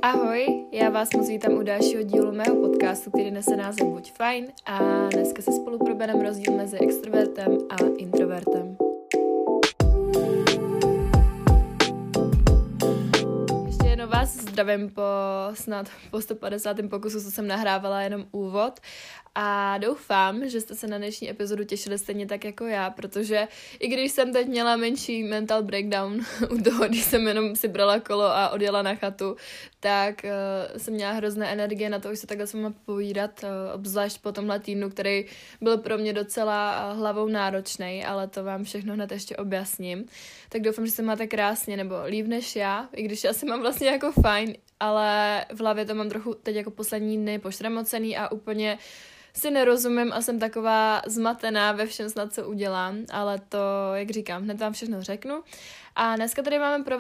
Ahoj, já vás moc vítám u dalšího dílu mého podcastu, který nese název Buď fajn a dneska se spolu probereme rozdíl mezi extrovertem a introvertem. Ještě jednou vás zdravím po 150. pokusu, co jsem nahrávala jenom úvod. A doufám, že jste se na dnešní epizodu těšili stejně tak jako já, protože i když jsem teď měla menší mental breakdown u toho, když jsem jenom si brala kolo a odjela na chatu, tak jsem měla hrozné energie na to, už se takhle s váma povídat, obzvlášť po tomhle týdnu, který byl pro mě docela hlavou náročný, ale to vám všechno hned ještě objasním. Tak doufám, že se máte krásně, nebo líp než já, i když já se mám vlastně jako fajn, ale v hlavě to mám trochu teď jako poslední dny pošramocený a úplně si nerozumím a jsem taková zmatená ve všem snad, co udělám, ale to, jak říkám, hned vám všechno řeknu. A dneska tady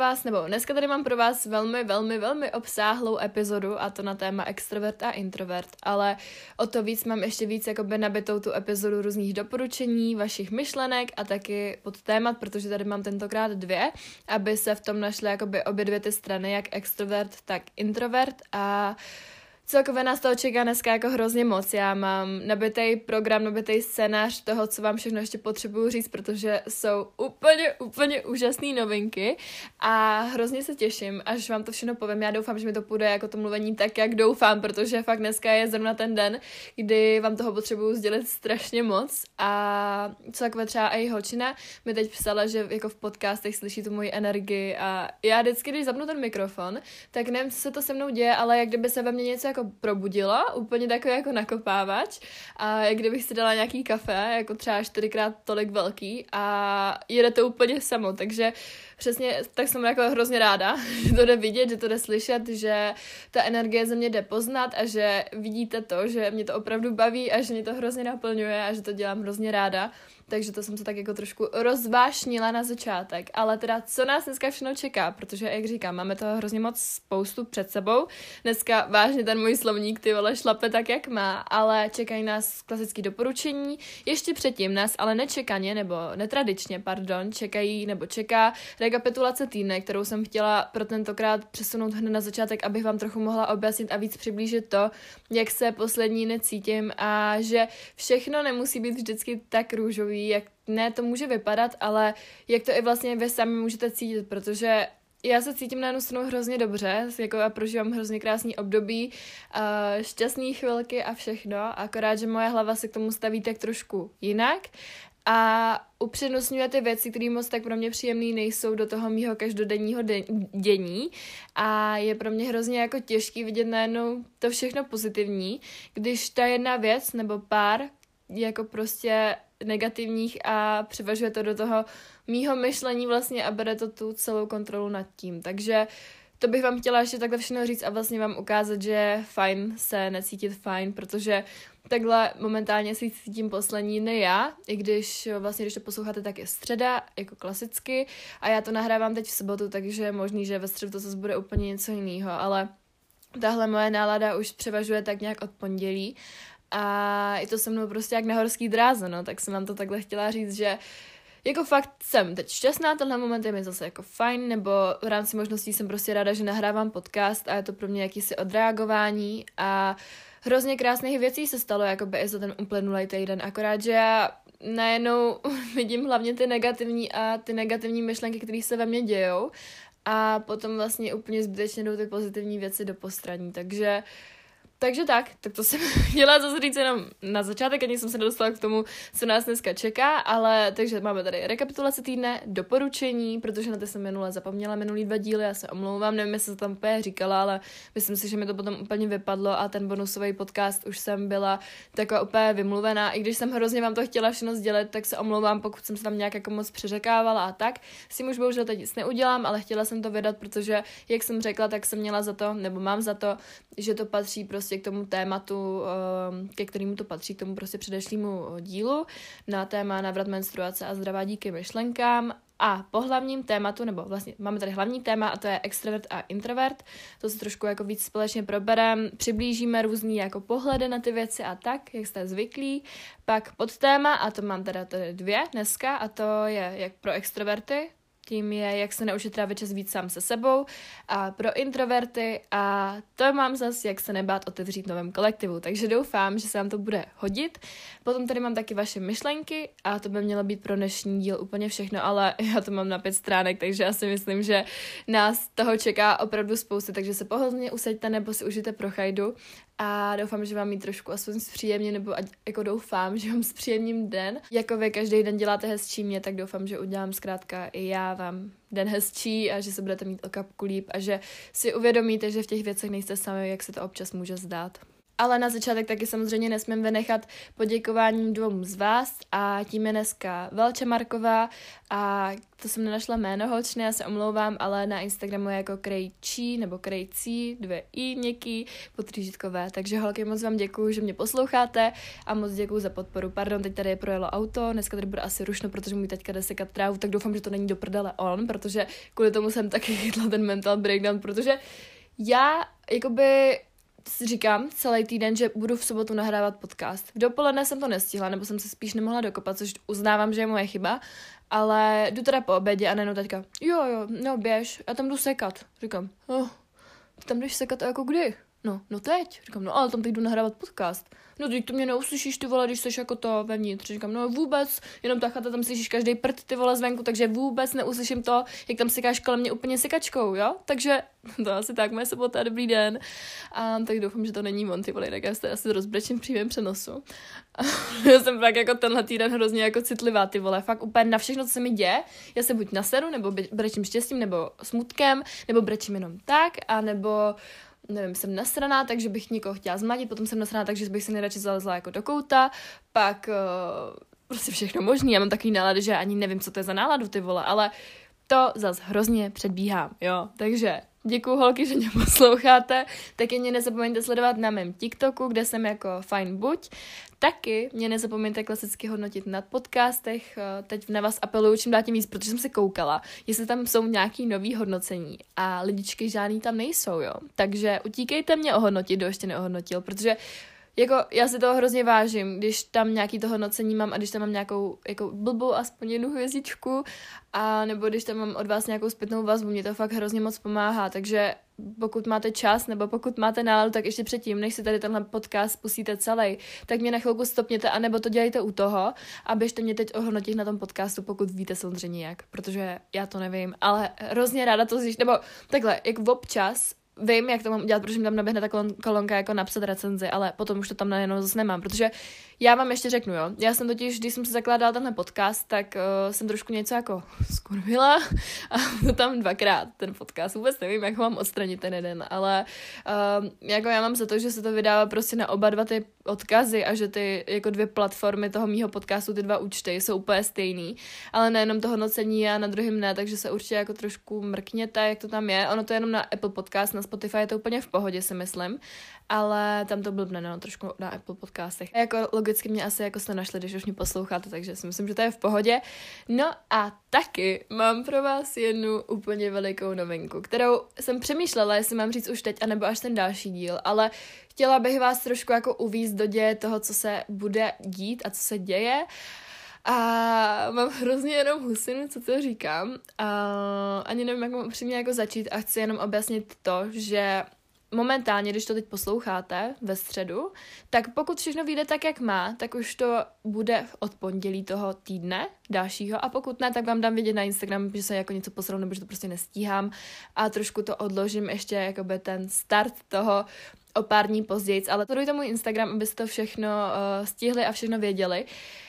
mám pro vás velmi obsáhlou epizodu, a to na téma extrovert a introvert, ale o to víc mám ještě víc jakoby nabitou tu epizodu různých doporučení, vašich myšlenek a taky pod témat, protože tady mám tentokrát 2, aby se v tom našly jakoby obě dvě ty strany, jak extrovert, tak introvert a celkově nás toho čeká dneska jako hrozně moc. Já mám nabitej program, nabitej scénář toho, co vám všechno ještě potřebuju říct, protože jsou úplně úžasné novinky a hrozně se těším, až vám to všechno povím. Já doufám, že mi to půjde jako to mluvení tak, jak doufám, protože fakt dneska je zrovna ten den, kdy vám toho potřebuju sdělit strašně moc a celkově třeba i holčina mi teď psala, že jako v podcastech slyší tu moji energii a já vždycky, když zapnu ten mikrofon, tak nevím, co se to se mnou děje, ale jak kdyby se ve mně něco jako probudila, úplně takový jako nakopávač a jak kdybych si dala nějaký kafe, jako třeba 4x tolik velký a jede to úplně samo, takže přesně tak jsem jako hrozně ráda, že to jde vidět, že to jde slyšet, že ta energie ze mě jde poznat a že vidíte to, že mě to opravdu baví a že mě to hrozně naplňuje a že to dělám hrozně ráda. Takže to jsem se tak jako trošku rozvášnila na začátek. Ale teda, co nás dneska všechno čeká, protože, jak říkám, máme toho hrozně moc spoustu před sebou. Dneska vážně ten můj slovník, ty vole, šlape tak, jak má, ale čekají nás klasické doporučení. Ještě předtím nás ale nečekaně, nebo netradičně, čeká rekapitulace týdne, kterou jsem chtěla pro tentokrát přesunout hned na začátek, abych vám trochu mohla objasnit a víc přiblížit to, jak se poslední dny cítím a že všechno nemusí být vždycky tak růžový, jak ne to může vypadat, ale jak to i vlastně vy sami můžete cítit, protože já se cítím na jednu stranu hrozně dobře, jako já prožívám hrozně krásný období, šťastný chvilky a všechno, akorát, že moje hlava se k tomu staví tak trošku jinak a upřednostňuje ty věci, které moc tak pro mě příjemný nejsou do toho mýho každodenního dění a je pro mě hrozně jako těžký vidět najednou to všechno pozitivní, když ta jedna věc nebo pár jako prostě negativních a převažuje to do toho mýho myšlení vlastně a bere to tu celou kontrolu nad tím. Takže to bych vám chtěla ještě takhle všechno říct a vlastně vám ukázat, že je fajn se necítit fajn, protože takhle momentálně si cítím poslední dny já, i když vlastně, když to posloucháte, tak je středa, jako klasicky a já to nahrávám teď v sobotu, takže je možný, že ve středu to zase bude úplně něco jiného, ale tahle moje nálada už převažuje tak nějak od pondělí a je to se mnou prostě jak na horský dráze, no, tak jsem vám to takhle chtěla říct, že jako fakt jsem teď šťastná, tenhle moment je mi zase jako fajn, nebo v rámci možností jsem prostě ráda, že nahrávám podcast a je to pro mě jakýsi odreagování a hrozně krásných věcí se stalo jakoby i za ten uplynulý týden, akorát, že já najednou vidím hlavně ty negativní myšlenky, které se ve mně dějou a potom vlastně úplně zbytečně jdou ty pozitivní věci do postraní, takže tak to jsem chtěla zase říct jenom na začátek, ani jsem se nedostala k tomu, co nás dneska čeká, ale takže máme tady rekapitulaci týdne, doporučení, protože na to jsem zapomněla minulý 2 díly, já se omlouvám, nevím, jestli to tam úplně říkala, ale myslím si, že mi to potom úplně vypadlo a ten bonusový podcast už jsem byla taková úplně vymluvená, i když jsem hrozně vám to chtěla všechno sdělit, tak se omlouvám, pokud jsem se tam nějak jako moc přeřekávala a tak, s tím už bohužel teď nic neudělám, ale chtěla jsem to vydat, protože jak jsem řekla, tak jsem měla za to, nebo mám za to, že to patří prostě k tomu tématu, ke kterému to patří, k tomu prostě předešlému dílu na téma návrat menstruace a zdravá díky myšlenkám a po hlavním tématu, nebo vlastně máme tady hlavní téma a to je extrovert a introvert, to se trošku jako víc společně probereme, přiblížíme různý jako pohledy na ty věci a tak, jak jste zvyklí, pak pod téma a to mám teda tady 2 dneska a to je jak pro extroverty, tím je, jak se naučit trávit čas víc sám se sebou a pro introverty a to mám zase, jak se nebát otevřít novém kolektivu, takže doufám, že se vám to bude hodit. Potom tady mám taky vaše myšlenky a to by mělo být pro dnešní díl úplně všechno, ale já to mám na 5 stránek, takže já si myslím, že nás toho čeká opravdu spoustu, takže se pohodlně usaďte nebo si užijte prochajdu a doufám, že vám jí trošku aspoň zpříjemně, nebo jako doufám, že vám zpříjemním den. Jako vy každý den děláte hezčí mě, tak doufám, že udělám zkrátka i já vám den hezčí a že se budete mít o kapku líp a že si uvědomíte, že v těch věcech nejste sami, jak se to občas může zdát. Ale na začátek taky samozřejmě nesmím vynechat poděkováním 2 z vás a tím je dneska Velča Marková a to jsem nenašla jméno holčny, já se omlouvám, ale na Instagramu je jako Krejčí nebo Krejcí, 2 i měkký, podtržítkové, takže holky moc vám děkuju, že mě posloucháte a moc děkuju za podporu. Pardon, teď tady projelo auto, dneska tady bude asi rušno, protože můj teďka jde sekat trávu, tak doufám, že to není do prdele on, protože kvůli tomu jsem taky chytla ten mental breakdown, protože já jakoby si říkám celý týden, že budu v sobotu nahrávat podcast. V dopoledne jsem to nestihla, nebo jsem se spíš nemohla dokopat, což uznávám, že je moje chyba, ale jdu teda po obědě a nejenom teďka, jo, no běž, já tam jdu sekat. Říkám, ty tam jdeš sekat a jako kdy? No teď. Říkám, no ale tam teď jdu nahrávat podcast. No teď to mě neuslyšíš, ty vole, když jsi jako to vevnitř. Říkám, no vůbec, jenom ta chata, tam slyšíš každý prd, ty vole, zvenku, takže vůbec neuslyším to, jak tam sekáš kolem mě úplně sekačkou, jo? Takže to asi tak, moje sobota, dobrý den. A tak doufám, že to není on, ty vole, tak já se asi rozbrečím v přímém přenosu. A já jsem fakt jako tenhle týden hrozně jako citlivá, ty vole, fakt úplně na všechno, co se mi děje. Já se buď naseru, nebo brečím štěstím, nebo smutkem, nebo brečím jenom tak, a nebo nevím, jsem nasraná, takže bych někoho chtěla zmladit, potom jsem nasraná, takže bych se nejradši zalezla jako do kouta, pak prostě všechno možný, já mám takový nálady, že ani nevím, co to je za náladu, ty vole, ale to zas hrozně předbíhám, jo, takže děkuju holky, že mě posloucháte, taky mě nezapomeňte sledovat na mém TikToku, kde jsem jako fajn buď, taky mě nezapomeňte klasicky hodnotit na podcastech, teď na vás apeluju čím dál tím víc, protože jsem se koukala, jestli tam jsou nějaký nový hodnocení a lidičky žádný tam nejsou, jo, takže utíkejte mě ohodnotit, kdo ještě neohodnotil, protože jako já si toho hrozně vážím, když tam nějaký to hodnocení mám a když tam mám nějakou jako blbou aspoň 1 hvězdičku a nebo když tam mám od vás nějakou zpětnou vazbu, mě to fakt hrozně moc pomáhá, takže pokud máte čas nebo pokud máte náladu, tak ještě předtím, než si tady tenhle podcast pustíte celý, tak mě na chvilku stopněte anebo to dělejte u toho a běžte mě teď ohodnotit na tom podcastu, pokud víte samozřejmě jak, protože já to nevím, ale hrozně ráda to zjišť, nebo takhle, jak občas vím, jak to mám udělat, protože mi tam naběhne ta kolonka jako napsat recenzi, ale potom už to tam najednou zase nemám, protože já vám ještě řeknu, jo. Já jsem totiž, když jsem si zakládala tenhle podcast, tak jsem trošku něco jako skurvila a to tam 2krát ten podcast. Vůbec nevím, jak ho mám odstranit ten jeden, ale jako já mám za to, že se to vydává prostě na oba 2 ty odkazy a že ty jako 2 platformy toho mýho podcastu, ty 2 účty jsou úplně stejný, ale nejenom to hodnocení a na druhým ne, takže se určitě jako trošku mrkněte, jak to tam je. Ono to je jenom na Apple Podcast, na Spotify je to úplně v pohodě, si myslím, ale tam to blbne, no, trošku na Apple Podcastech. Jako logicky mě asi jako jste našli, když už mě posloucháte, takže si myslím, že to je v pohodě. No a taky mám pro vás jednu úplně velikou novinku, kterou jsem přemýšlela, jestli mám říct už teď, anebo až ten další díl, ale chtěla bych vás trošku jako uvízt do děje toho, co se bude dít a co se děje. A mám hrozně jenom husinu, co to říkám. A ani nevím, jak mám upřímně jako začít a chci jenom objasnit to, že momentálně, když to teď posloucháte ve středu, tak pokud všechno vyjde tak, jak má, tak už to bude od pondělí toho týdne dalšího a pokud ne, tak vám dám vědět na Instagram, že se jako něco posrou, nebo že to prostě nestíhám a trošku to odložím ještě jakoby ten start toho o pár dní později, ale sledujte můj Instagram, abyste to všechno stihli a všechno věděli.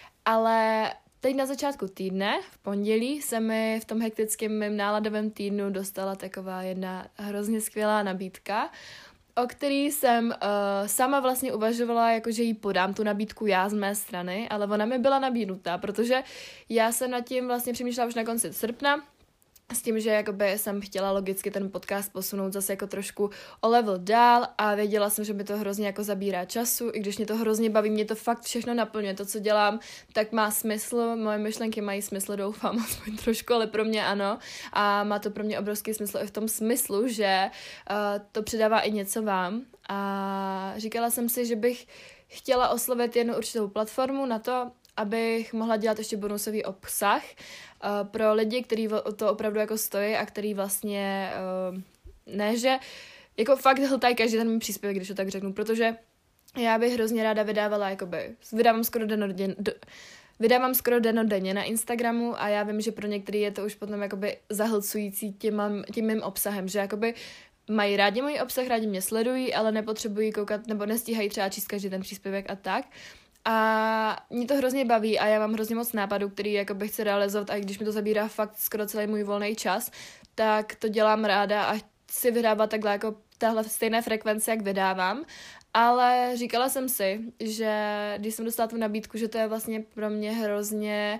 Ale teď na začátku týdne, v pondělí, se mi v tom hektickém mým náladovém týdnu dostala taková jedna hrozně skvělá nabídka, o který jsem sama vlastně uvažovala, jakože jí podám tu nabídku já z mé strany, ale ona mi byla nabídnutá, protože já jsem nad tím vlastně přemýšlela už na konci srpna, s tím, že jakoby jsem chtěla logicky ten podcast posunout zase jako trošku o level dál a věděla jsem, že mi to hrozně jako zabírá času, i když mě to hrozně baví, mě to fakt všechno naplňuje, to, co dělám, tak má smysl, moje myšlenky mají smysl, doufám, aspoň trošku, ale pro mě ano a má to pro mě obrovský smysl i v tom smyslu, že to předává i něco vám a říkala jsem si, že bych chtěla oslovit jednu určitou platformu na to, abych mohla dělat ještě bonusový obsah pro lidi, kteří to opravdu jako stojí a který vlastně ne, že jako fakt hltají každý ten mý příspěvek, když to tak řeknu, protože já bych hrozně ráda vydávala, vydávám skoro dennodenně na Instagramu a já vím, že pro některý je to už potom jakoby zahlcující tím mým obsahem, že jakoby mají rádi můj obsah, rádi mě sledují, ale nepotřebují koukat nebo nestíhají třeba číst každý ten příspěvek a tak. A mě to hrozně baví a já mám hrozně moc nápadů, který jakoby chci realizovat, a když mi to zabírá fakt skoro celý můj volný čas, tak to dělám ráda a chci vydávat takhle jako tahle stejné frekvence, jak vydávám. Ale říkala jsem si, že když jsem dostala tu nabídku, že to je vlastně pro mě hrozně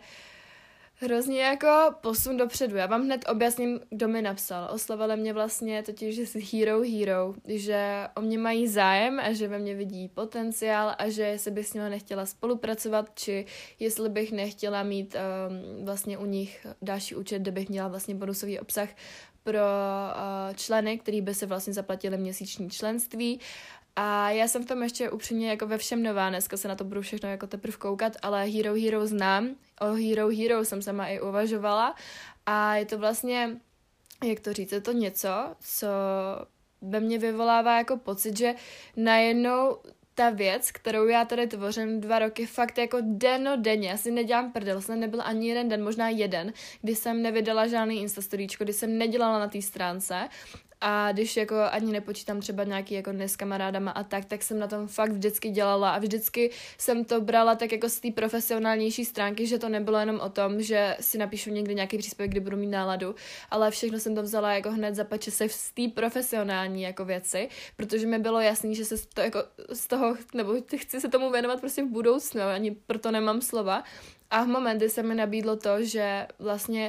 jako posun dopředu. Já vám hned objasním, kdo mi napsal. Oslovili mě vlastně totiž z Hero, že o mě mají zájem a že ve mně vidí potenciál a že jestli bych s nimi nechtěla spolupracovat, či jestli bych nechtěla mít vlastně u nich další účet, kde bych měla vlastně bonusový obsah pro členy, který by se vlastně zaplatili měsíční členství. A já jsem v tom ještě upřímně jako ve všem nová, dneska se na to budu všechno jako teprve koukat, ale Hero znám, o Hero jsem sama i uvažovala a je to vlastně, jak to říct, je to něco, co ve mně vyvolává jako pocit, že najednou ta věc, kterou já tady tvořím 2 roky, fakt jako dennodenně, já si nedělám prdel, jsem nebyl ani jeden den, možná jeden, kdy jsem nevydala žádný instastoríčko, kdy jsem nedělala na té stránce. A když jako ani nepočítám třeba nějaký jako dnes s kamarádama a tak jsem na tom fakt vždycky dělala a vždycky jsem to brala tak jako z té profesionálnější stránky, že to nebylo jenom o tom, že si napíšu někdy nějaký příspěvek, kdy budu mít náladu, ale všechno jsem to vzala jako hned za pače z té profesionální jako věci, protože mi bylo jasný, že se to jako z toho, nebo chci se tomu věnovat prostě v budoucnu, ani proto nemám slova. A v momenty se mi nabídlo to, že vlastně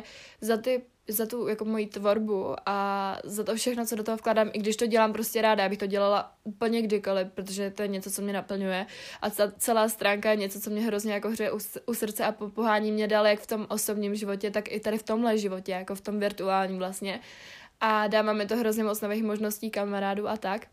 za tu jako moji tvorbu a za to všechno, co do toho vkládám, i když to dělám prostě ráda, abych to dělala úplně kdykoliv, protože to je něco, co mě naplňuje a celá stránka je něco, co mě hrozně jako hřeje u srdce a pohání mě dál jak v tom osobním životě, tak i tady v tomhle životě, jako v tom virtuálním vlastně. A dává mi to hrozně moc nových možností kamarádů a tak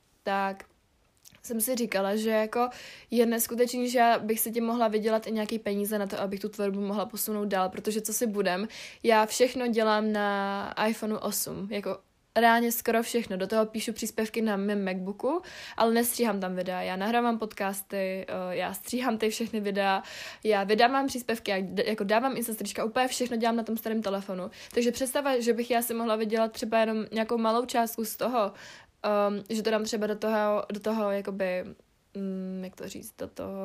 jsem si říkala, že jako je neskutečný, že já bych si tím mohla vydělat i nějaký peníze na to, abych tu tvorbu mohla posunout dál, protože co si budem, já všechno dělám na iPhone 8, jako reálně skoro všechno, do toho píšu příspěvky na mém MacBooku, ale nestříhám tam videa, já nahrávám podcasty, já stříhám ty všechny videa, já vydávám příspěvky, já jako dávám instastoríčka, úplně všechno dělám na tom starém telefonu, takže představa, že bych já si mohla vydělat třeba jenom nějakou malou částku z toho, že to dám třeba do toho jakoby, jak to říct, do toho,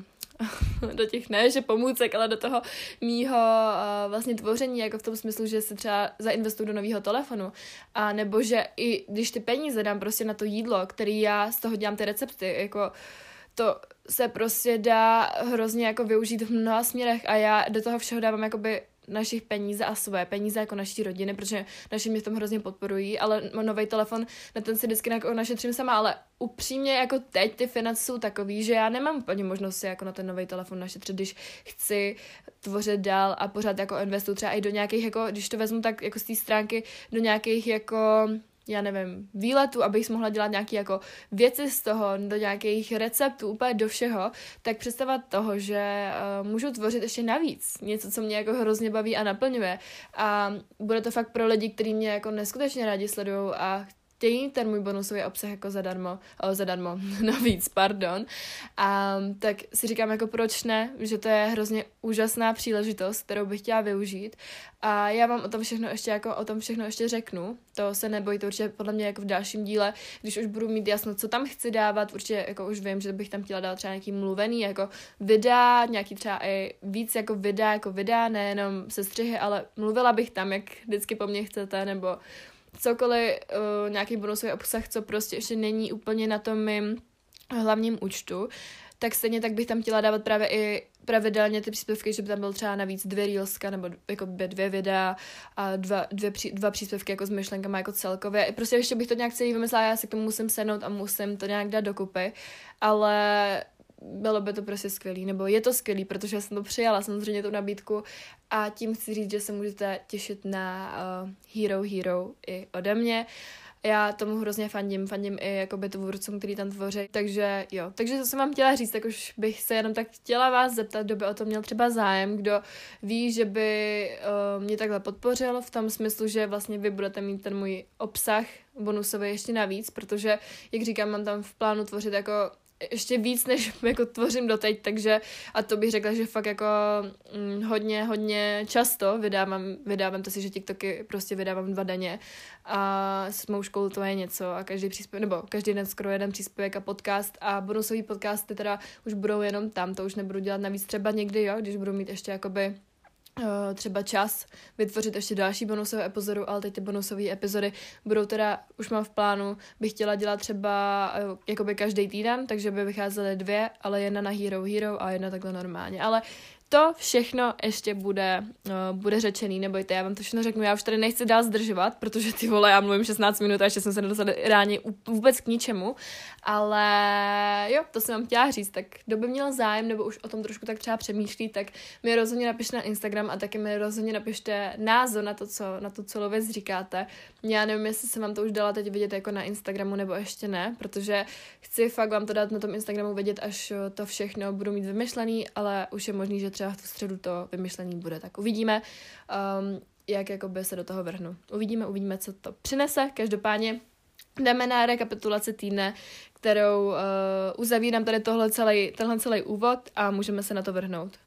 do těch ne, že pomůcek, ale do toho mýho vlastně tvoření, jako v tom smyslu, že si třeba zainvestuju do nového telefonu, a nebo že i když ty peníze dám prostě na to jídlo, který já z toho dělám ty recepty, jako to se prostě dá hrozně jako využít v mnoha směrech a já do toho všeho dávám jakoby našich peníze a své peníze jako naší rodiny, protože naši mě v tom hrozně podporují, ale nový telefon, na ten si vždycky jako našetřím sama, ale upřímně jako teď ty finance jsou takový, že já nemám úplně možnost si jako na ten nový telefon našetřit, když chci tvořit dál a pořád jako investuju třeba i do nějakých, jako když to vezmu tak jako z té stránky, do nějakých jako já nevím, výletů, abych mohla dělat nějaké jako věci z toho, do nějakých receptů, úplně do všeho, tak představa toho, že můžu tvořit ještě navíc. Něco, co mě jako hrozně baví a naplňuje. A bude to fakt pro lidi, kteří mě jako neskutečně rádi sledují a chtějí ten můj bonusový obsah jako zadarmo, navíc, pardon. A tak si říkám jako proč ne, že to je hrozně úžasná příležitost, kterou bych chtěla využít. A já vám o tom všechno ještě řeknu. To se nebojte, určitě podle mě jako v dalším díle, když už budu mít jasno, co tam chci dávat, určitě jako už vím, že bych tam chtěla dát třeba nějaký mluvený jako videa, nějaký třeba i víc jako videa, nejenom sestřihy, ale mluvila bych tam, jak vždycky po mně chcete, nebo cokoliv, nějaký bonusový obsah, co prostě ještě není úplně na tom mým hlavním účtu, tak stejně tak bych tam chtěla dávat právě i pravidelně ty příspěvky, že by tam byl třeba navíc 2 reelska nebo jako 2 videa a 2 příspěvky jako s myšlenkama jako celkově. Prostě ještě bych to nějak celý vymyslela, já si k tomu musím sednout a musím to nějak dát dokupy, ale bylo by to prostě skvělý, nebo je to skvělý, protože jsem to přijala samozřejmě tu nabídku a tím chci říct, že se můžete těšit na Hero i ode mě. já tomu hrozně fandím i jakoby tvůrcům, který tam tvoří, takže jo, takže to jsem vám chtěla říct, tak už bych se jenom tak chtěla vás zeptat, kdo by o to měl třeba zájem, kdo ví, že by mě takhle podpořil v tom smyslu, že vlastně vy budete mít ten můj obsah bonusový ještě navíc, protože, jak říkám, mám tam v plánu tvořit jako ještě víc, než jako tvořím doteď, takže a to bych řekla, že fakt jako hodně často vydávám to si, že TikToky prostě vydávám 2 denně a s mou školou to je něco a každý příspěvek, nebo každý den skoro jeden příspěvek a podcast a bonusový podcasty teda už budou jenom tam, to už nebudu dělat navíc třeba někdy, jo, když budu mít ještě jakoby třeba čas vytvořit ještě další bonusové epizodu, ale teď ty bonusové epizody budou teda, už mám v plánu, bych chtěla dělat třeba jakoby každý týden, takže by vycházely 2, ale jedna na Hero a jedna takhle normálně, ale to všechno ještě bude řečený, nebojte, já vám to všechno řeknu, já už tady nechci dál zdržovat, protože ty vole, já mluvím 16 minut a ještě jsem se nedostala ráně vůbec k ničemu, ale jo, to jsem vám chtěla říct, tak kdo by měl zájem, nebo už o tom trošku tak třeba přemýšlí, tak mi rozhodně napište na Instagram a taky mi rozhodně napište názor na to, co věc říkáte. Já nevím, jestli jsem vám to už dala teď vidět jako na Instagramu, nebo ještě ne, protože chci fakt vám to dát na tom Instagramu vidět, až to všechno budu mít vymyšlený, ale už je možný, že třeba v středu to vymyšlení bude, tak uvidíme, jak jakoby se do toho vrhnu. Uvidíme, co to přinese. Každopádně jdeme na rekapitulaci týdne, kterou uzavírám tady tenhle celý úvod a můžeme se na to vrhnout.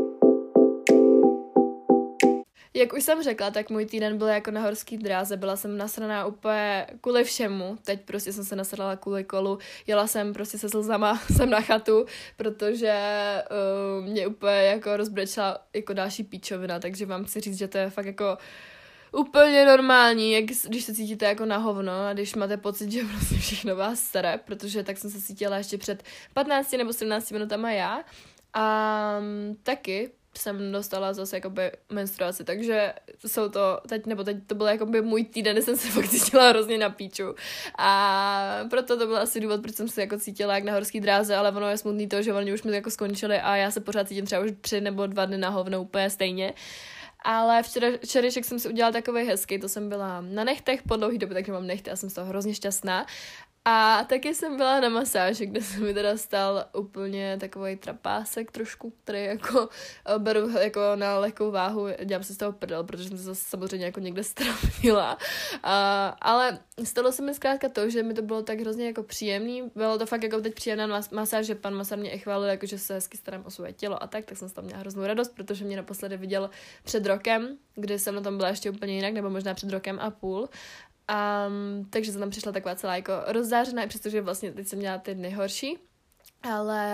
Jak už jsem řekla, tak můj týden byl jako na horský dráze, byla jsem nasraná úplně kvůli všemu, teď prostě jsem se nasrala kvůli kolu, jela jsem prostě se slzama sem na chatu, protože mě úplně jako rozbrečela jako další píčovina, takže vám chci říct, že to je fakt jako úplně normální, jak když se cítíte jako na hovno a když máte pocit, že prostě všechno vás sere, protože tak jsem se cítila ještě před 15 nebo 17 minutama já a taky jsem dostala zase jakoby menstruaci, takže teď to byl jakoby můj týden, kdy jsem se fakt cítila hrozně na píču a proto to byl asi důvod, proč jsem se jako cítila jak na horský dráze, ale ono je smutný to, že oni už mi jako skončili a já se pořád cítím třeba už 3 nebo 2 dny na hovno úplně stejně. Ale včerejšek jsem si udělala takovej hezký, to jsem byla na nechtech po dlouhý době, takže mám nechty a jsem z toho hrozně šťastná. A taky jsem byla na masáži, kde se mi teda stal úplně takovej trapásek trošku, který jako beru jako na lehkou váhu, dělám si z toho prdel, protože jsem se zase samozřejmě jako někde strapnila. Ale stalo se mi zkrátka to, že mi to bylo tak hrozně jako příjemný, bylo to fakt jako teď příjemná masáž, že pan masér mě i chválil, jako že se hezky starám o svoje tělo a tak jsem z toho měla hroznou radost, protože mě naposledy viděl před rokem, kdy jsem na tom byla ještě úplně jinak, nebo možná před rokem a půl. Takže jsem tam přišla taková celá jako rozzářená, i přestože vlastně teď jsem měla ty dny horší, ale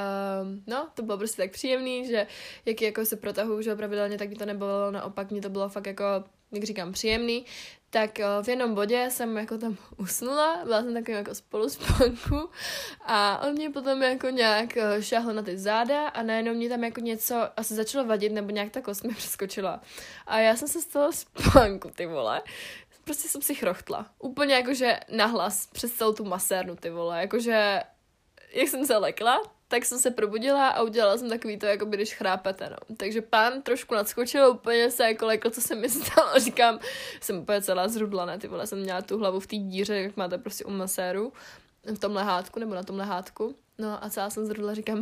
to bylo prostě tak příjemný, že jak jako se protahuju, že pravidelně, tak mi to nebolelo, naopak mě to bylo fakt jako, jak říkám, příjemný, tak v jednom bodě jsem jako tam usnula, byla jsem takovým jako spoluspánku a on mě potom jako nějak šáhl na ty záda a najednou mě tam jako něco asi začalo vadit, nebo nějak ta kost mi přeskočila. A já jsem se z toho spánku, ty vole, prostě jsem si chrochtla. Úplně jakože nahlas přes celou tu masérnu, ty vole. Jakože, jak jsem se lekla, tak jsem se probudila a udělala jsem takový to, jako když chrápete, no. Takže pán trošku nadskočil, úplně se jako lekl, co se mi stalo. Říkám, jsem úplně celá zrudlaná, ty vole, jsem měla tu hlavu v té díře, jak máte prostě u maséru, v tom lehátku, nebo na tom lehátku. No a celá jsem zrudla, říkám,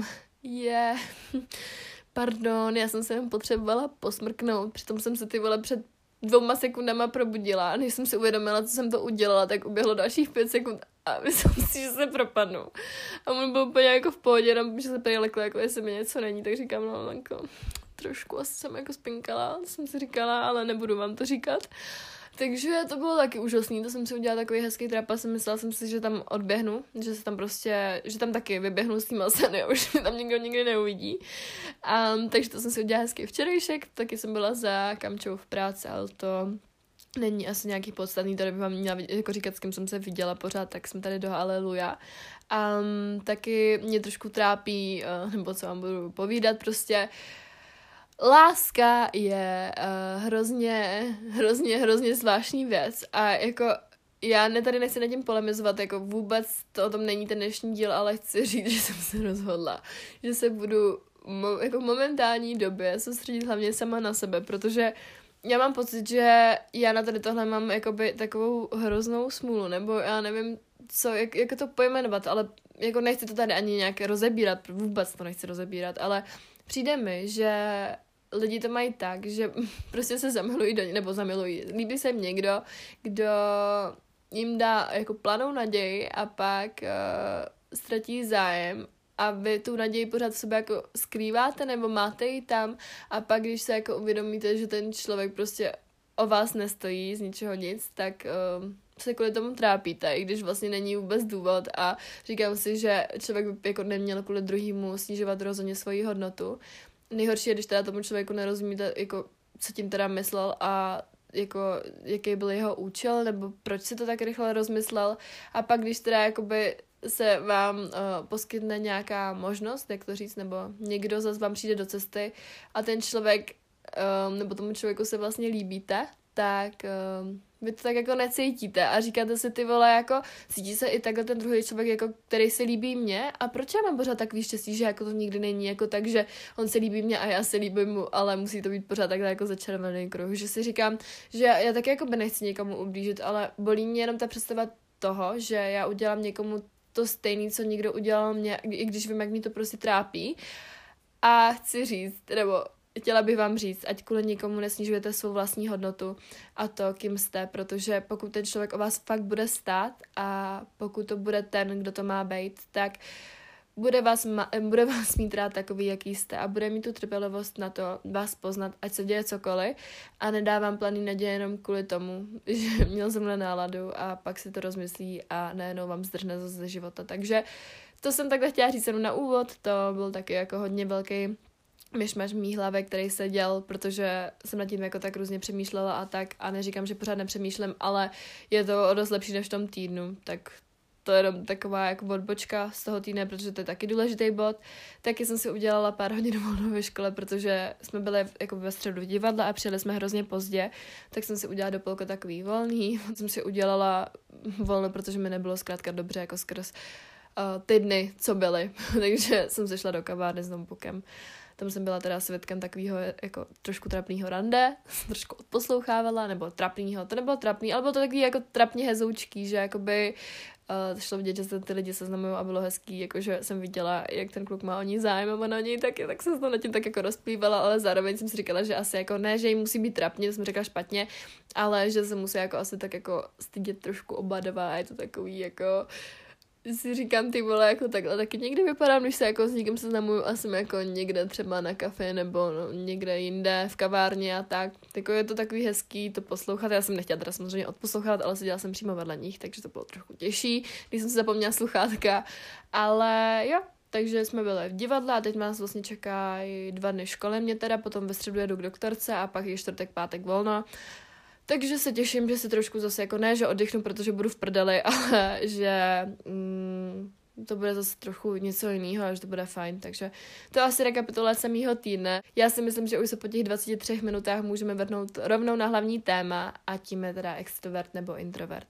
pardon, já jsem se jen potřebovala posmrknout, přitom jsem se ty vole před 2 sekundama probudila a než jsem si uvědomila, co jsem to udělala, tak uběhlo dalších 5 sekund a myslím si, že se propadnu. A on byl úplně jako v pohodě, jenom že se prý leklo, jako jestli mi něco není, tak říkám, no Lenko, trošku asi jsem jako spinkala, jsem si říkala, ale nebudu vám to říkat. Takže to bylo taky úžasný, to jsem si udělala takový hezký trapas, myslela jsem si, že tam odběhnu, že se tam prostě, že tam taky vyběhnu s tím maseny a už mě tam nikdo nikdy neuvidí. Takže to jsem si udělala hezký včerejšek, taky jsem byla za Kamčou v práci, ale to není asi nějaký podstatný, tady bych vám měla jako říkat, s kým jsem se viděla pořád, tak jsem tady do Haleluja. Taky mě trošku trápí, nebo co vám budu povídat, prostě láska je hrozně zvláštní věc a jako já tady nechci nad tím polemizovat, jako vůbec to o tom není ten dnešní díl, ale chci říct, že jsem se rozhodla, že se budu jako v momentální době soustředit hlavně sama na sebe, protože já mám pocit, že já na tady tohle mám jakoby takovou hroznou smůlu, nebo já nevím, jak to pojmenovat, ale jako nechci to tady ani nějak rozebírat, vůbec to nechci rozebírat, ale přijde mi, že lidi to mají tak, že prostě se zamilují nebo zamilují. Líbí se jim někdo, kdo jim dá jako planou naději a pak ztratí zájem a vy tu naději pořád v sobě jako skrýváte nebo máte ji tam a pak, když se jako uvědomíte, že ten člověk prostě o vás nestojí z ničeho nic, tak se kvůli tomu trápíte, i když vlastně není vůbec důvod a říkám si, že člověk by jako neměl kvůli druhýmu snižovat rozhodně svoji hodnotu. Nejhorší je, když teda tomu člověku nerozumíte, jako co tím teda myslel a jako jaký byl jeho účel, nebo proč si to tak rychle rozmyslel a pak, když teda jakoby se vám poskytne nějaká možnost, jak to říct, nebo někdo zase vám přijde do cesty a ten člověk, nebo tomu člověku se vlastně líbíte, tak vy to tak jako necítíte a říkáte si ty vole, jako cítí se i takhle ten druhý člověk, jako který se líbí mně a proč já mám pořád takový štěstí, že jako to nikdy není jako tak, že on se líbí mně a já se líbím mu, ale musí to být pořád takhle jako začervený kruh, že si říkám, že já taky jako by nechci někomu ublížit, ale bolí mě jenom ta představa toho, že já udělám někomu to stejný, co někdo udělal mě, i když vím, jak mě to prostě trápí a chci říct, nebo chtěla bych vám říct, ať kvůli nikomu nesnižujete svou vlastní hodnotu a to, kým jste, protože pokud ten člověk o vás fakt bude stát a pokud to bude ten, kdo to má být, tak bude vás mít rád takový, jaký jste a bude mít tu trpělivost na to vás poznat, ať se děje cokoliv a nedá vám planý naděje jenom kvůli tomu, že měl zimle náladu a pak si to rozmyslí a najednou vám zdrhne zase ze života. Takže to jsem takhle chtěla říct jenom na úvod, to byl taky jako hodně velký myšmaš v mý hlavě, který se děl, protože jsem nad tím jako tak různě přemýšlela a tak a neříkám, že pořád nepřemýšlím, ale je to o dost lepší než v tom týdnu, tak to je jenom taková jako odbočka z toho týdne, protože to je taky důležitý bod. Taky jsem si udělala pár hodin volno ve škole, protože jsme byli jako ve středu v divadle a přijeli jsme hrozně pozdě, tak jsem si udělala dopoledne takový volný. Jsem si udělala volno, protože mi nebylo zkrátka dobře jako skrz ty dny, co byly. Takže jsem se šla do kavárny s notebookem. Tam jsem byla teda svědkem takového jako trošku trapného rande, trošku odposlouchávala, nebo trapného, to nebylo trapný, ale bylo to takový jako trapně hezoučký, že jakoby šlo vidět, že se ty lidi seznamují a bylo hezký, jakože jsem viděla, jak ten kluk má o ní zájem a ona o něj taky, tak jsem se to nad tím tak jako rozplývala, ale zároveň jsem si říkala, že asi jako ne, že jí musí být trapně, to jsem řekla špatně, ale že se musí jako asi tak jako stydět trošku oba dva a je to takový jako si říkám, ty vole, jako takhle taky někdy vypadám, když se jako s někým seznamuju a jsem jako někde třeba na kafe nebo no, někde jinde v kavárně a tak. Jako je to takový hezký to poslouchat. Já jsem nechtěla teda samozřejmě odposlouchat, ale seděla jsem přímo vedle nich, takže to bylo trochu těžší, když jsem si zapomněla sluchátka. Ale jo, takže jsme byli v divadle a teď nás vlastně čekají 2 dny školy mě teda, potom ve středu jedu k doktorce a pak je čtvrtek, pátek volno. Takže se těším, že si trošku zase jako ne, že oddechnu, protože budu v prdeli, ale že to bude zase trochu něco jiného a že to bude fajn. Takže to asi rekapitulace mýho týdne. Já si myslím, že už se po těch 23 minutách můžeme vrhnout rovnou na hlavní téma a tím je teda extrovert nebo introvert.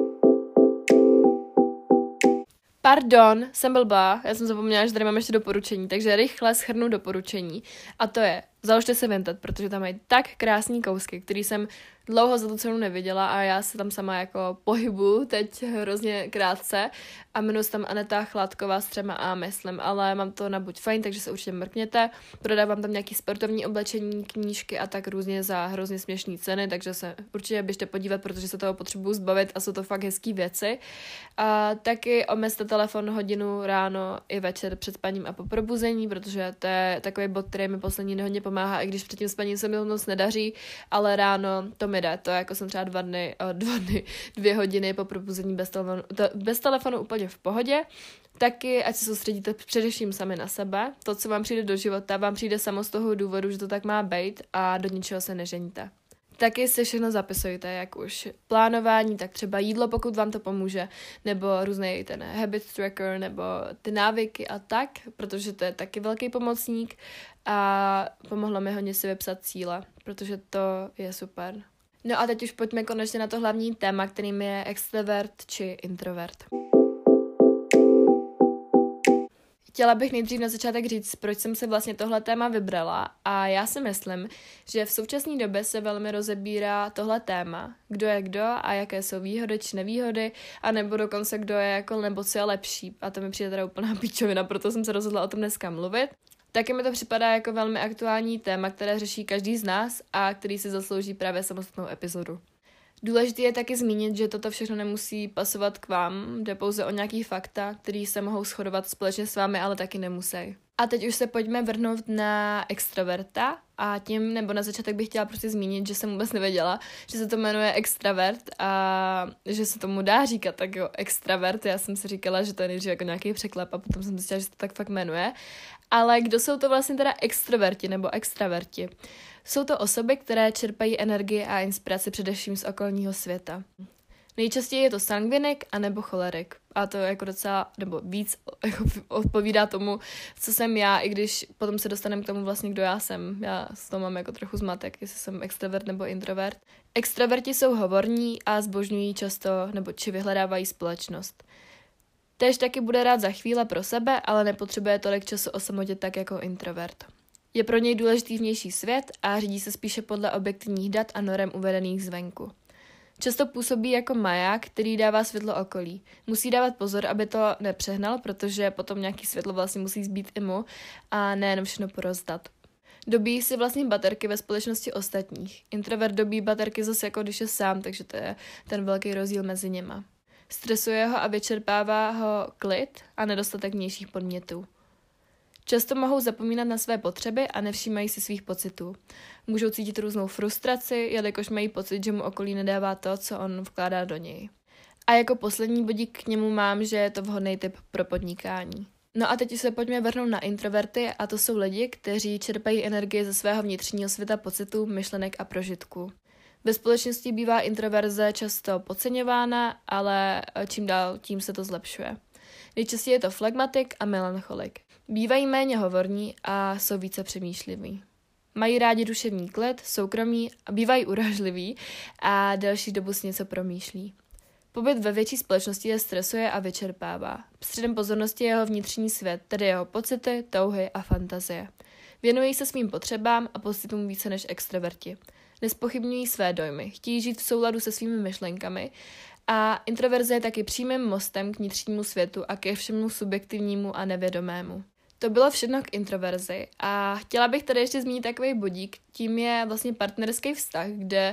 Pardon, jsem blbá, já jsem zapomněla, že tady mám ještě doporučení, takže rychle shrnu doporučení. A to je, založte si Vinted, protože tam mají tak krásný kousky, který jsem dlouho za tu cenu neviděla a já se tam sama jako pohybuju teď hrozně krátce a jmenuji se tam Aneta Chládková s 3 A, myslím, ale mám to na buď fajn, takže se určitě mrkněte. Prodávám tam nějaký sportovní oblečení, knížky a tak různě za hrozně směšné ceny, takže se určitě běžte podívat, protože se toho potřebuju zbavit a jsou to fakt hezký věci. A taky omezte telefon hodinu ráno i večer před spaním a po probuzení, protože to je takový bod, který mi poslední dny hodně pomáhá, i když před tím spaním se mi moc nedaří, ale ráno to mi jde. To jako jsem třeba 2 hodiny po probuzení bez telefonu úplně v pohodě. Taky, ať se soustředíte především sami na sebe. To, co vám přijde do života, vám přijde samo z toho důvodu, že to tak má být a do ničeho se neženíte. Taky si všechno zapisujte, jak už plánování, tak třeba jídlo, pokud vám to pomůže, nebo různý ten habit tracker, nebo ty návyky a tak, protože to je taky velký pomocník a pomohlo mi hodně si vypsat cíle, protože to je super. No a teď už pojďme konečně na to hlavní téma, kterým je extrovert či introvert. Chtěla bych nejdřív na začátek říct, proč jsem si vlastně tohle téma vybrala a já si myslím, že v současné době se velmi rozebírá tohle téma, kdo je kdo a jaké jsou výhody či nevýhody, a nebo dokonce kdo je jako nebo co je lepší, a to mi přijde teda úplná píčovina, proto jsem se rozhodla o tom dneska mluvit. Taky mi to připadá jako velmi aktuální téma, které řeší každý z nás a který si zaslouží právě samostatnou epizodu. Důležité je taky zmínit, že toto všechno nemusí pasovat k vám, jde pouze o nějaký fakta, který se mohou shodovat společně s vámi, ale taky nemusí. A teď už se pojďme vrhnout na extroverta a tím, nebo na začátek bych chtěla prostě zmínit, že jsem vůbec nevěděla, že se to jmenuje extravert a že se tomu dá říkat tak jo, extravert. Já jsem si říkala, že to je nejdřív jako nějaký překlep a potom jsem zjistila, že se to tak fakt jmenuje. Ale kdo jsou to vlastně teda extroverti nebo extraverti? Jsou to osoby, které čerpají energii a inspiraci především z okolního světa. Nejčastěji je to sangvinik anebo cholerik. A to jako docela, nebo víc jako odpovídá tomu, co jsem já, i když potom se dostaneme k tomu vlastně, kdo já jsem. Já s tom mám jako trochu zmatek, jestli jsem extrovert nebo introvert. Extroverti jsou hovorní a zbožňují často, nebo či vyhledávají společnost. Též taky bude rád za chvíle pro sebe, ale nepotřebuje tolik času o samotě tak jako introvert. Je pro něj důležitý vnější svět a řídí se spíše podle objektivních dat a norem uvedených zvenku. Často působí jako maják, který dává světlo okolí. Musí dávat pozor, aby to nepřehnal, protože potom nějaký světlo vlastně musí zbýt i mu a nejenom všechno porozdat. Dobíjí si vlastně baterky ve společnosti ostatních. Introvert dobíjí baterky zase jako když je sám, takže to je ten velký rozdíl mezi nima. Stresuje ho a vyčerpává ho klid a nedostatek vnějších podnětů. Často mohou zapomínat na své potřeby a nevšímají si svých pocitů. Můžou cítit různou frustraci, jelikož mají pocit, že mu okolí nedává to, co on vkládá do něj. A jako poslední bodík k němu mám, že je to vhodný typ pro podnikání. No a teď se pojďme vrhnout na introverty a to jsou lidi, kteří čerpají energii ze svého vnitřního světa pocitů, myšlenek a prožitků. Ve společnosti bývá introverze často podceňována, ale čím dál tím se to zlepšuje. Nejčastěji je to flegmatik a melancholik. Bývají méně hovorní a jsou více přemýšliví. Mají rádi duševní klid, soukromí a bývají urážliví a delší dobu si něco promýšlí. Pobyt ve větší společnosti je stresuje a vyčerpává. Středem pozornosti je jeho vnitřní svět, tedy jeho pocity, touhy a fantazie. Věnují se svým potřebám a pocitům více než extroverti. Nespochybňují své dojmy, chtějí žít v souladu se svými myšlenkami a introverze je taky přímým mostem k vnitřnímu světu a ke všemu subjektivnímu a nevědomému. To bylo všechno k introverzi a chtěla bych tady ještě zmínit takový bodík, tím je vlastně partnerský vztah, kde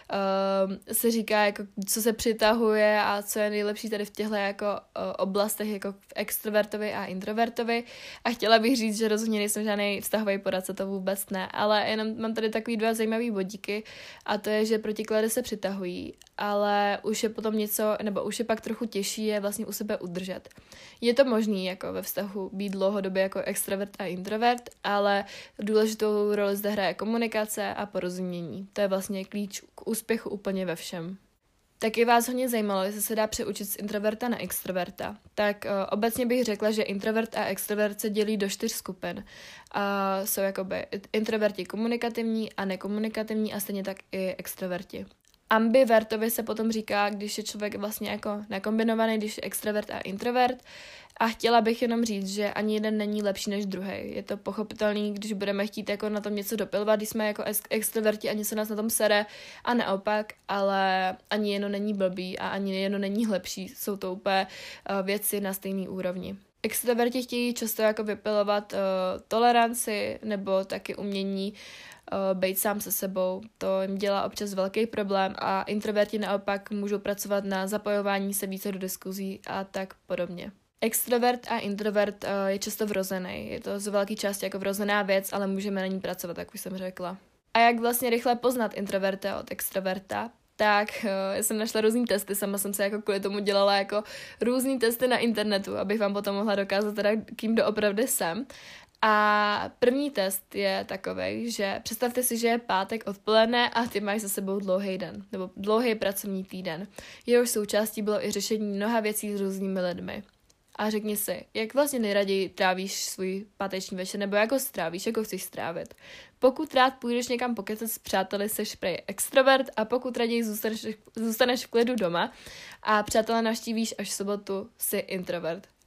se říká, jako, co se přitahuje a co je nejlepší tady v těchto jako, oblastech, jako v extrovertovi a introvertovi. A chtěla bych říct, že rozhodně nejsem žádný vztahový poradce, to vůbec ne, ale jenom mám tady takový dva zajímavý bodíky a to je, že protiklady se přitahují, ale už je potom něco, nebo už je pak trochu těžší je vlastně u sebe udržet. Je to možný jako ve vztahu být dlouhodobě jako extrovert a introvert, ale důležitou roli zde hraje komunikace a porozumění. To je vlastně klíč k úspěchu úplně ve všem. Taky vás hodně zajímalo, jestli se dá přeučit z introverta na extroverta. Tak obecně bych řekla, že introvert a extrovert se dělí do 4 skupin. Jsou jakoby introverti komunikativní a nekomunikativní a stejně tak i extroverti. Ambivertovi se potom říká, když je člověk vlastně jako nakombinovaný, když je extrovert a introvert. A chtěla bych jenom říct, že ani jeden není lepší než druhý. Je to pochopitelný, když budeme chtít jako na tom něco dopilovat, když jsme jako extroverti a něco nás na tom sere a naopak, ale ani jedno není blbý a ani jedno není lepší. Jsou to úplně věci na stejné úrovni. Extroverti chtějí často jako vypilovat toleranci nebo taky umění být sám se sebou. To jim dělá občas velký problém a introverti naopak můžou pracovat na zapojování se více do diskuzí a tak podobně. Extrovert a introvert je často vrozený. Je to z velké části jako vrozená věc, ale můžeme na ní pracovat, jak už jsem řekla. A jak vlastně rychle poznat introverta od extroverta? Tak já jsem našla různý testy, sama jsem se jako kvůli tomu dělala jako různý testy na internetu, abych vám potom mohla dokázat teda, kým doopravdy jsem. A první test je takovej, že představte si, že je pátek odpoledne a ty máš za sebou dlouhý den, nebo dlouhý pracovní týden. Jehož součástí bylo i řešení mnoha věcí s různými lidmi. A řekni si, jak vlastně nejraději trávíš svůj páteční večer, nebo jak ho strávíš, jak ho chceš strávit. Pokud rád půjdeš někam pokecat s přáteli, seš prej extrovert a pokud raději zůstaneš v klidu doma a přátelé navštívíš až v sobotu, jsi introvert.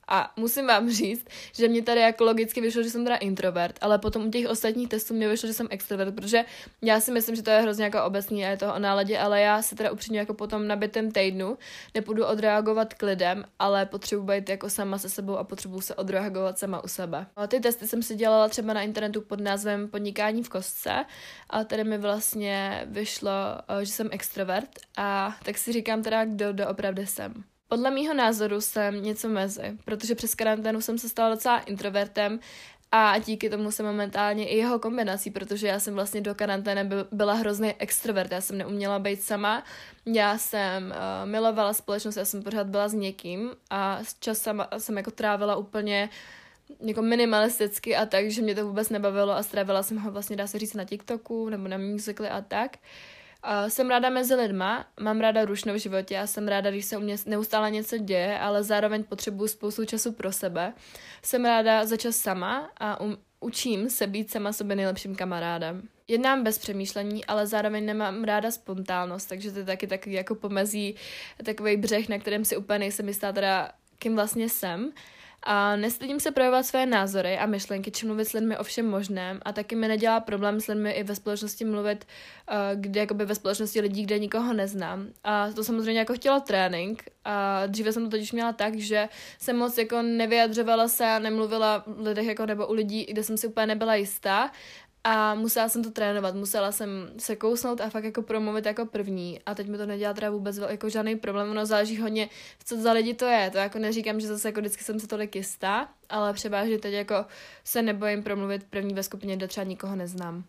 A musím vám říct, že mě tady jako logicky vyšlo, že jsem teda introvert, ale potom u těch ostatních testů mě vyšlo, že jsem extrovert, protože já si myslím, že to je hrozně jako obecný a je to o náladě, ale já se teda upřímně jako potom nabitém týdnu nepůjdu odreagovat k lidem, ale potřebuji být jako sama se sebou a potřebuji se odreagovat sama u sebe. A ty testy jsem si dělala třeba na internetu pod názvem Podnikání v kostce a tady mi vlastně vyšlo, že jsem extrovert a tak si říkám teda, kdo opravdu jsem. Podle mýho názoru jsem něco mezi, protože přes karanténu jsem se stala docela introvertem a díky tomu jsem momentálně i jeho kombinací, protože já jsem vlastně do karantény byla hrozný extrovert, já jsem neuměla být sama, já jsem milovala společnost, já jsem pořád byla s někým a čas jsem jako trávila úplně jako minimalisticky a tak, že mě to vůbec nebavilo a strávila jsem ho vlastně, dá se říct, na TikToku nebo na musically a tak. Jsem ráda mezi lidma, mám ráda rušno v životě a jsem ráda, když se u mě neustále něco děje, ale zároveň potřebuju spoustu času pro sebe. Jsem ráda za čas sama a učím se být sama sobě nejlepším kamarádem. Jednám bez přemýšlení, ale zároveň nemám ráda spontánnost, takže to je taky takový jako pomezí, takový břeh, na kterém si úplně nejsem jistá teda, kým vlastně jsem. A nestydím se projevovat své názory a myšlenky, či mluvit s lidmi o všem možném a taky mi nedělá problém s lidmi i ve společnosti mluvit, kde jakoby ve společnosti lidí, kde nikoho neznám. A to samozřejmě jako chtělo trénink a dříve jsem to totiž měla tak, že jsem moc jako nevyjadřovala se a nemluvila v lidech jako nebo u lidí, kde jsem si úplně nebyla jistá. A musela jsem to trénovat, musela jsem se kousnout a fakt jako promluvit jako první a teď mi to nedělá teda vůbec jako žádný problém, ono záleží hodně, co za lidi to je, to jako neříkám, že zase jako vždycky jsem se tolik jistá, ale převážně teď jako se nebojím promluvit první ve skupině, kde třeba nikoho neznám.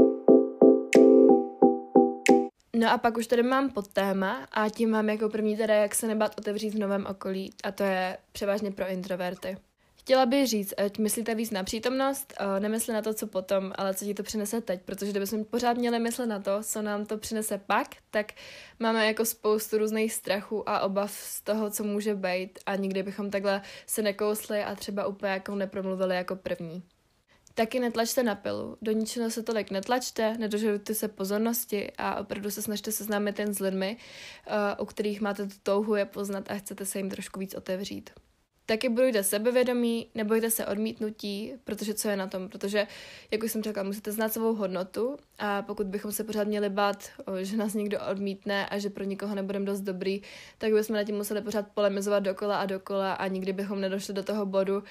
No a pak už tady mám podtéma a tím mám jako první teda, jak se nebát otevřít v novém okolí a to je převážně pro introverty. Chtěla bych říct, ať myslíte víc na přítomnost, nemysli na to, co potom, ale co ti to přinese teď, protože kdybychom pořád měli myslet na to, co nám to přinese pak, tak máme jako spoustu různých strachů a obav z toho, co může být a nikdy bychom takhle se nekousli a třeba úplně jako nepromluvili jako první. Taky netlačte na pilu, do ničeho se tolik netlačte, nedožadujte se pozornosti a opravdu se snažte seznámit jen s lidmi, u kterých máte tu touhu je poznat a chcete se jim trošku víc otevřít. Taky budujte sebevědomí, nebojte se odmítnutí, protože co je na tom, protože, jak už jsem řekla, musíte znát svou hodnotu a pokud bychom se pořád měli bát, že nás někdo odmítne a že pro nikoho nebudeme dost dobrý, tak bychom na tím museli pořád polemizovat dokola a nikdy bychom nedošli do toho bodu,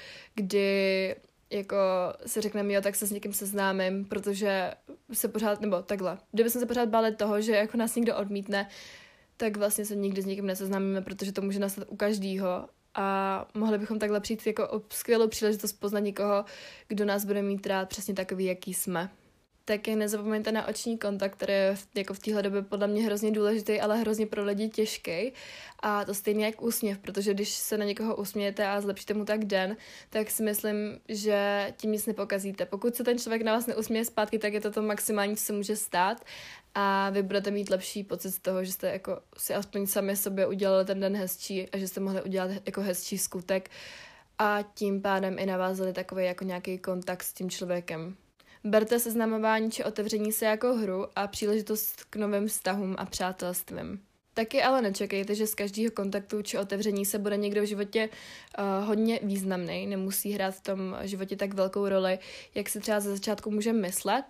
kdy jako si řekneme, jo, tak se s někým seznámím, protože se pořád, nebo takhle, kdybychom se pořád báli toho, že jako nás někdo odmítne, tak vlastně se nikdy s někým neseznámíme, protože to může nastat u každýho. A mohli bychom takhle přijít jako o skvělou příležitost poznat někoho, kdo nás bude mít rád přesně takový, jaký jsme. Taky nezapomeňte na oční kontakt, který je jako v téhle době podle mě hrozně důležitý, ale hrozně pro lidi těžký. A to stejně jak úsměv, protože když se na někoho usmějete a zlepšíte mu tak den, tak si myslím, že tím nic nepokazíte. Pokud se ten člověk na vás neusměje zpátky, tak je to maximální, co se může stát. A vy budete mít lepší pocit z toho, že jste jako si aspoň sami sobě udělali ten den hezčí a že jste mohli udělat jako hezčí skutek a tím pádem i navázali takový jako nějaký kontakt s tím člověkem. Berte seznamování či otevření se jako hru a příležitost k novým vztahům a přátelstvím. Taky ale nečekejte, že z každého kontaktu či otevření se bude někdo v životě hodně významný, nemusí hrát v tom životě tak velkou roli, jak si třeba ze začátku můžeme myslet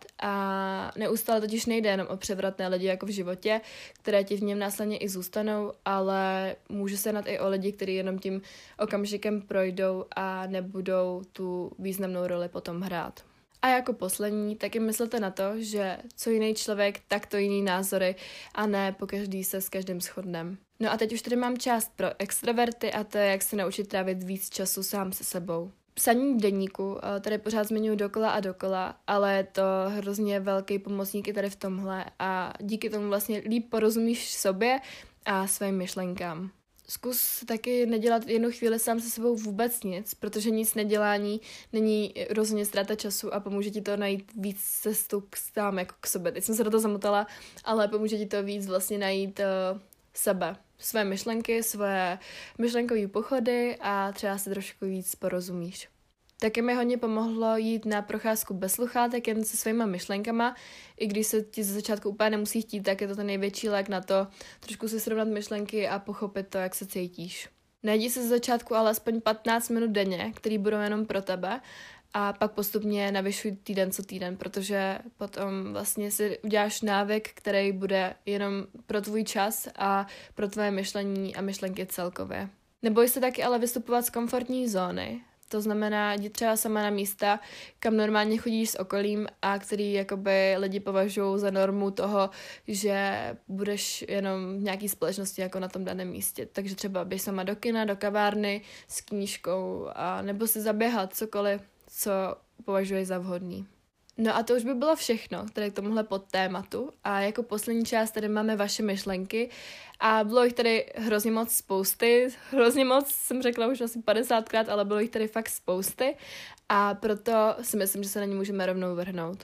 a neustále totiž nejde jenom o převratné lidi jako v životě, které ti v něm následně i zůstanou, ale může se jednat i o lidi, kteří jenom tím okamžikem projdou a nebudou tu významnou roli potom hrát. A jako poslední, taky myslete na to, že co jiný člověk, tak to jiný názory a ne pokaždý se s každým shodnem. No a teď už tady mám část pro extroverty a to je, jak se naučit trávit víc času sám se sebou. Psaní deníku tady pořád zmiňuji dokola a dokola, ale je to hrozně velký pomocník i tady v tomhle a díky tomu vlastně líp porozumíš sobě a svým myšlenkám. Zkus taky nedělat jednu chvíli sám se sebou vůbec nic, protože nic nedělání není rozhodně ztráta času a pomůže ti to najít víc cestu sám jako k sobě. Teď jsem se do toho zamotala, ale pomůže ti to víc vlastně najít sebe, své myšlenky, své myšlenkové pochody a třeba se trošku víc porozumíš. Taky mi hodně pomohlo jít na procházku bez sluchátek, jen se svýma myšlenkama, i když se ti ze začátku úplně nemusí chtít, tak je to ten největší lék na to trošku si srovnat myšlenky a pochopit to, jak se cítíš. Najdi si z začátku alespoň 15 minut denně, který budou jenom pro tebe, a pak postupně navyšuj týden co týden, protože potom vlastně si uděláš návyk, který bude jenom pro tvůj čas a pro tvoje myšlení a myšlenky celkově. Neboj se taky ale vystupovat z komfortní zóny. To znamená, jdi třeba sama na místa, kam normálně chodíš s okolím a který jakoby lidi považují za normu toho, že budeš jenom v nějaký společnosti jako na tom daném místě. Takže třeba běž sama do kina, do kavárny s knížkou a nebo si zaběhat cokoliv, co považuješ za vhodný. No a to už by bylo všechno, tady k tomuhle podtématu. A jako poslední část tady máme vaše myšlenky. A bylo jich tady hrozně moc spousty. Hrozně moc jsem řekla už asi 50krát, ale bylo jich tady fakt spousty. A proto si myslím, že se na ně můžeme rovnou vrhnout.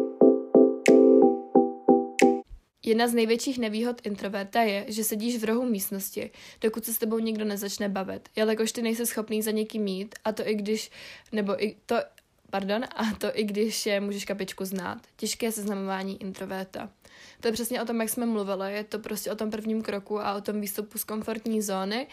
Jedna z největších nevýhod introverta je, že sedíš v rohu místnosti, dokud se s tebou nikdo nezačne bavit. Jelikož ty nejsi schopný za někým jít, a to i když je můžeš kapičku znát. Těžké seznamování introverta. To je přesně o tom, jak jsme mluvili, je to prostě o tom prvním kroku a o tom výstupu z komfortní zóny.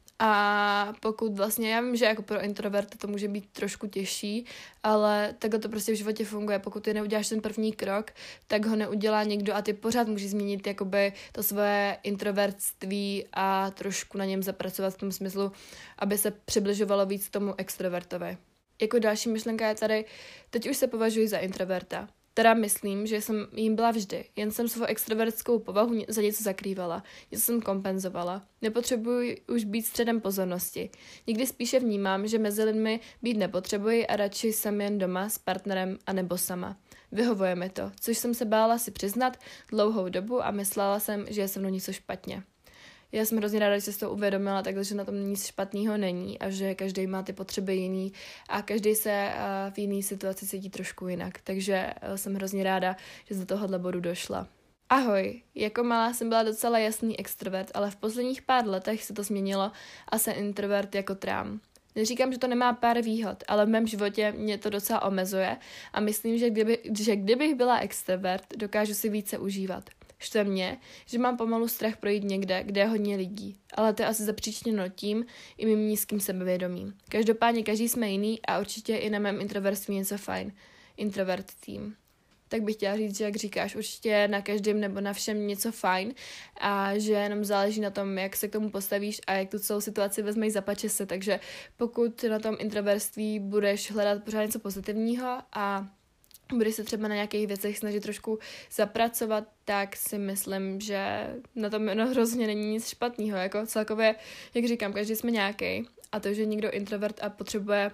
A pokud vlastně, já vím, že jako pro introverta to může být trošku těžší, ale takhle to prostě v životě funguje. Pokud ty neuděláš ten první krok, tak ho neudělá někdo a ty pořád můžeš změnit jakoby to svoje introvertství a trošku na něm zapracovat v tom smyslu, aby se přibližovalo víc tomu extrovertovi. Jako další myšlenka je tady, teď už se považuji za introverta. Teda myslím, že jsem jím byla vždy, jen jsem svou extrovertskou povahu za něco zakrývala, něco jsem kompenzovala. Nepotřebuji už být středem pozornosti. Někdy spíše vnímám, že mezi lidmi být nepotřebuji a radši jsem jen doma s partnerem a nebo sama. Vyhovuje mi to, což jsem se bála si přiznat dlouhou dobu a myslela jsem, že je se mnou něco špatně. Já jsem hrozně ráda, že se to uvědomila, takže na tom nic špatného není a že každý má ty potřeby jiný a každý se v jiné situaci cítí trošku jinak. Takže jsem hrozně ráda, že do tohohle bodu došla. Ahoj, jako malá jsem byla docela jasný extrovert, ale v posledních pár letech se to změnilo a jsem introvert jako trám. Neříkám, že to nemá pár výhod, ale v mém životě mě to docela omezuje a myslím, že kdybych byla extrovert, dokážu si více užívat. Štve mě, že mám pomalu strach projít někde, kde je hodně lidí, ale to je asi zapříčiněno tím i mým nízkým sebevědomím. Každopádně každý jsme jiný a určitě i na mém introvertství něco fajn. Introvert tým. Tak bych chtěla říct, že jak říkáš, určitě na každém nebo na všem něco fajn a že jenom záleží na tom, jak se k tomu postavíš a jak tu celou situaci vezmeš za pačese. Takže pokud na tom introvertství budeš hledat pořád něco pozitivního a budeš se třeba na nějakých věcech snažit trošku zapracovat, tak si myslím, že na tom hrozně není nic špatného. Jako celkově, jak říkám, každý jsme nějaký a to, že někdo introvert a potřebuje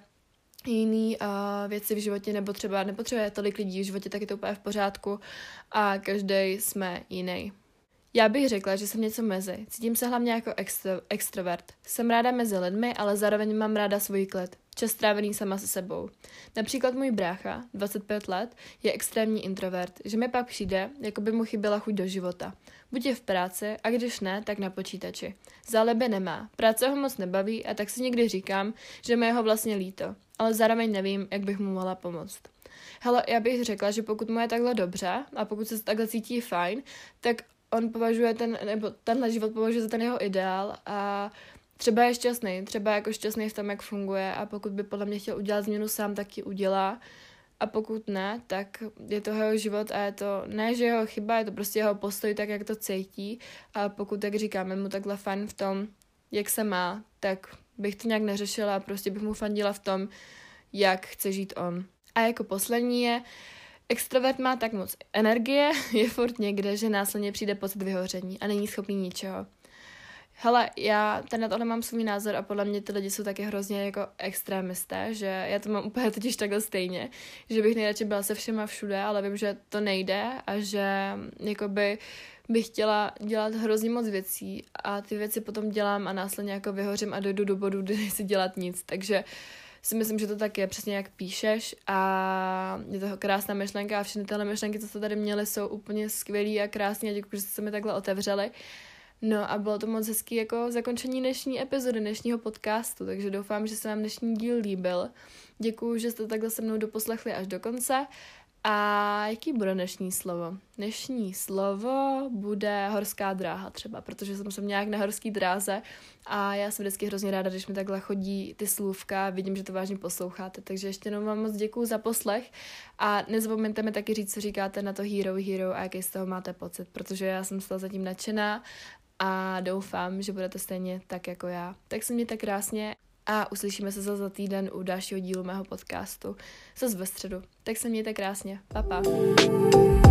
jiný věci v životě nebo třeba nepotřebuje tolik lidí v životě, tak je to úplně v pořádku a každý jsme jiný. Já bych řekla, že jsem něco mezi. Cítím se hlavně jako extrovert. Jsem ráda mezi lidmi, ale zároveň mám ráda svůj klid. Čas strávený sama se sebou. Například můj brácha, 25 let, je extrémní introvert, že mi pak přijde, jako by mu chyběla chuť do života. Buď je v práci a když ne, tak na počítači. Záliby nemá, práce ho moc nebaví a tak si někdy říkám, že mi jeho vlastně líto, ale zároveň nevím, jak bych mu mohla pomoct. Hele, já bych řekla, že pokud mu je takhle dobře a pokud se takhle cítí fajn, tak on považuje tenhle život považuje za ten jeho ideál a třeba je šťastný, třeba jako šťastný v tom, jak funguje a pokud by podle mě chtěl udělat změnu sám, tak ji udělá a pokud ne, tak je to jeho život a je to, ne, že jeho chyba, je to prostě jeho postoj tak, jak to cítí a pokud, jak říkáme, mu takhle fajn v tom, jak se má, tak bych to nějak neřešila a prostě bych mu fandila v tom, jak chce žít on. A jako poslední je, extrovert má tak moc energie, je furt někde, že následně přijde pocit vyhoření a není schopný ničeho. Hele, já tady na tohle mám svůj názor a podle mě ty lidi jsou taky hrozně jako extrémisté, že já to mám úplně totiž takhle stejně, že bych nejradši byla se všema všude, ale vím, že to nejde a že jakoby bych chtěla dělat hrozně moc věcí a ty věci potom dělám a následně jako vyhořím a dojdu do bodu, kdy nechci dělat nic, takže si myslím, že to tak je přesně jak píšeš a je to krásná myšlenka a všechny tyhle myšlenky, co jste tady měli, jsou úplně skvělý a krásný a děkuji, že jste se mi takhle otevřeli. No a bylo to moc hezký jako zakončení dnešní epizody, dnešního podcastu, takže doufám, že se vám dnešní díl líbil. Děkuji, že jste takhle se mnou doposlechli až do konce A jaký bude dnešní slovo? Dnešní slovo bude horská dráha třeba, protože jsem nějak na horský dráze a já jsem vždycky hrozně ráda, když mi takhle chodí ty slůvka, vidím, že to vážně posloucháte, takže ještě jenom vám moc děkuju za poslech a nezapomeňte mi taky říct, co říkáte na to Hero a jaký z toho máte pocit, protože já jsem z toho zatím nadšená a doufám, že budete stejně tak jako já. Tak se mějte krásně a uslyšíme se za týden u dalšího dílu mého podcastu. Zas ve středu. Tak se mějte krásně. Pa, pa.